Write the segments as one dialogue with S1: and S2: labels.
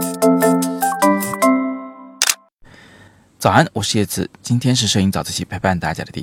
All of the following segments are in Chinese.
S1: 早安，我是叶子，今天是摄影早自习陪伴大家的第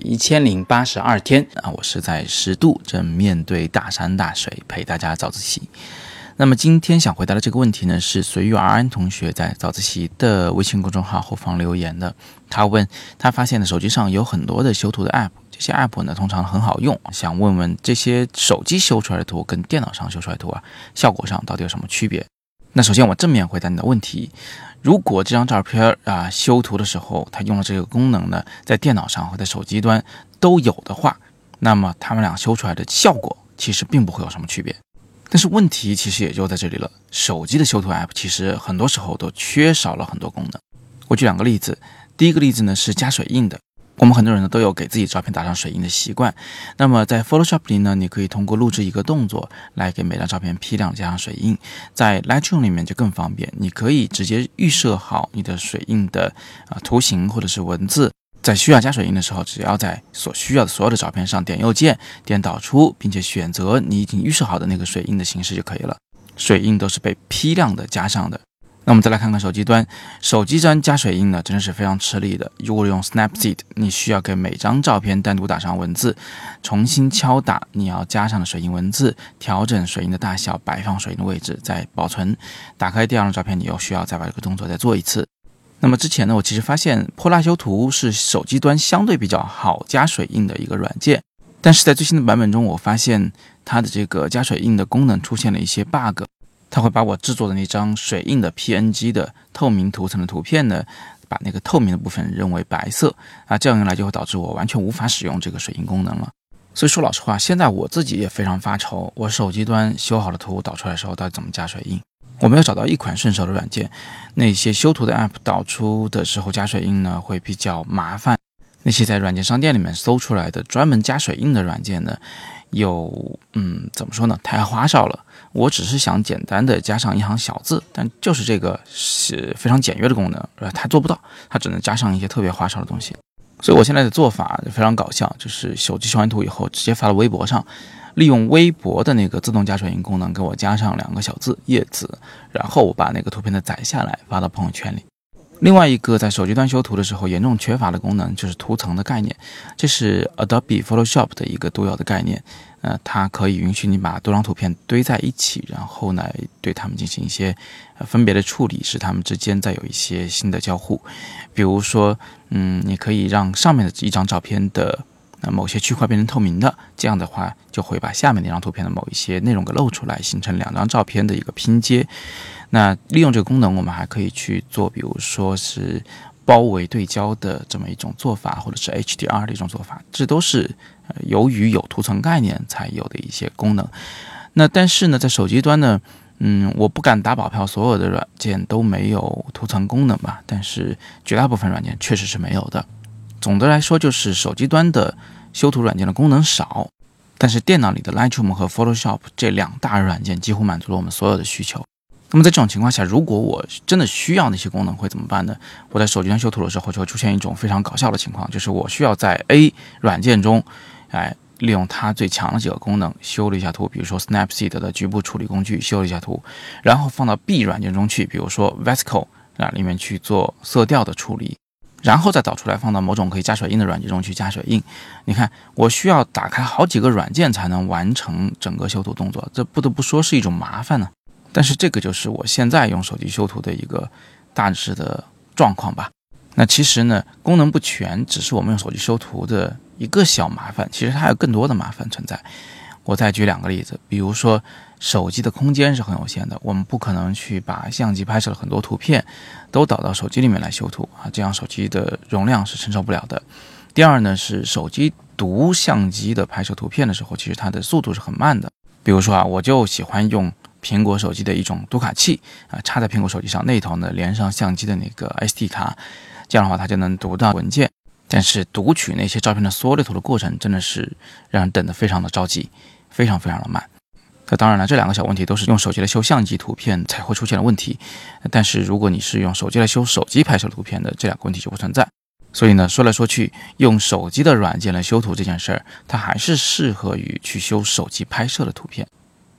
S1: 1082天我是在10度正面对大山大水陪大家早自习。那么今天想回答的这个问题呢，是随遇而安同学在早自习的微信公众号后方留言的。他问他发现的手机上有很多的修图的 app， 这些 app 呢通常很好用，想问问这些手机修出来的图跟电脑上修出来的图效果上到底有什么区别。那首先我正面回答你的问题，如果这张照片修图的时候它用了这个功能呢，在电脑上和在手机端都有的话，那么他们俩修出来的效果其实并不会有什么区别。但是问题其实也就在这里了，手机的修图 app 其实很多时候都缺少了很多功能。我举两个例子，第一个例子呢是加水印的，我们很多人呢都有给自己照片打上水印的习惯。那么在 Photoshop 里呢，你可以通过录制一个动作来给每张照片批量加上水印。在 Lightroom 里面就更方便，你可以直接预设好你的水印的图形或者是文字，在需要加水印的时候，只要在所需要的所有的照片上点右键点导出，并且选择你已经预设好的那个水印的形式就可以了。水印都是被批量的加上的。那我们再来看看手机端，手机端加水印呢真的是非常吃力的。如果用 Snapseed， 你需要给每张照片单独打上文字，重新敲打你要加上的水印文字，调整水印的大小，摆放水印的位置，再保存。打开第二张照片，你又需要再把这个动作再做一次。那么之前呢，我其实发现泼辣修图是手机端相对比较好加水印的一个软件，但是在最新的版本中，我发现它的这个加水印的功能出现了一些 bug。它会把我制作的那张水印的 PNG 的透明图层的图片呢，把那个透明的部分认为白色这样一来就会导致我完全无法使用这个水印功能了。所以说老实话，现在我自己也非常发愁，我手机端修好的图导出来的时候到底怎么加水印。我没有找到一款顺手的软件，那些修图的 app 导出的时候加水印呢会比较麻烦。那些在软件商店里面搜出来的专门加水印的软件呢，有怎么说呢，太花哨了。我只是想简单的加上一行小字，但就是这个是非常简约的功能，它做不到，它只能加上一些特别花哨的东西。所以我现在的做法非常搞笑，就是手机修完图以后直接发到微博上，利用微博的那个自动加水印功能给我加上2个小字叶子，然后我把那个图片载下来发到朋友圈里。另外一个在手机端修图的时候严重缺乏的功能就是图层的概念，这是 Adobe Photoshop 的一个独有的概念。它可以允许你把多张图片堆在一起，然后呢对它们进行一些分别的处理，使它们之间再有一些新的交互。比如说你可以让上面的一张照片的某些区块变成透明的，这样的话就会把下面那张图片的某一些内容给露出来，形成2张照片的一个拼接。那利用这个功能，我们还可以去做比如说是包围对焦的这么一种做法，或者是 HDR 的一种做法，这都是由于有图层概念才有的一些功能。那但是呢，在手机端呢我不敢打保票所有的软件都没有图层功能吧，但是绝大部分软件确实是没有的。总的来说，就是手机端的修图软件的功能少，但是电脑里的 Lightroom 和 Photoshop 这2大软件几乎满足了我们所有的需求。那么在这种情况下，如果我真的需要那些功能会怎么办呢？我在手机端修图的时候就会出现一种非常搞笑的情况，就是我需要在 A 软件中利用它最强的几个功能修了一下图，比如说 Snapseed 的局部处理工具修了一下图，然后放到 B 软件中去，比如说 VSCO 里面去做色调的处理，然后再导出来放到某种可以加水印的软件中去加水印。你看我需要打开好几个软件才能完成整个修图动作，这不得不说是一种麻烦呢。但是这个就是我现在用手机修图的一个大致的状况吧。那其实呢，功能不全只是我们用手机修图的一个小麻烦，其实它还有更多的麻烦存在。我再举2个例子，比如说手机的空间是很有限的，我们不可能去把相机拍摄了很多图片都导到手机里面来修图这样手机的容量是承受不了的。第二呢，是手机读相机的拍摄图片的时候，其实它的速度是很慢的。比如说我就喜欢用苹果手机的一种读卡器插在苹果手机上，那头呢连上相机的那个 SD 卡，这样的话它就能读到文件。但是读取那些照片的缩略图的过程真的是让人等得非常的着急，非常非常的慢。那当然了，这2个小问题都是用手机来修相机图片才会出现的问题，但是如果你是用手机来修手机拍摄图片的，这2个问题就不存在。所以呢，说来说去，用手机的软件来修图这件事儿，它还是适合于去修手机拍摄的图片。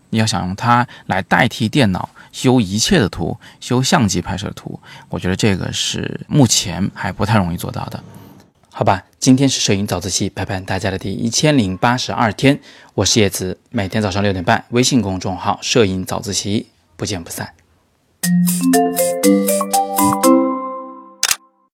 S1: 你要想用它来代替电脑修一切的图，修相机拍摄的图，我觉得这个是目前还不太容易做到的。好吧，今天是摄影早自习陪伴大家的第1082天，我是叶子，每天早上6点半，微信公众号摄影早自习，不见不散。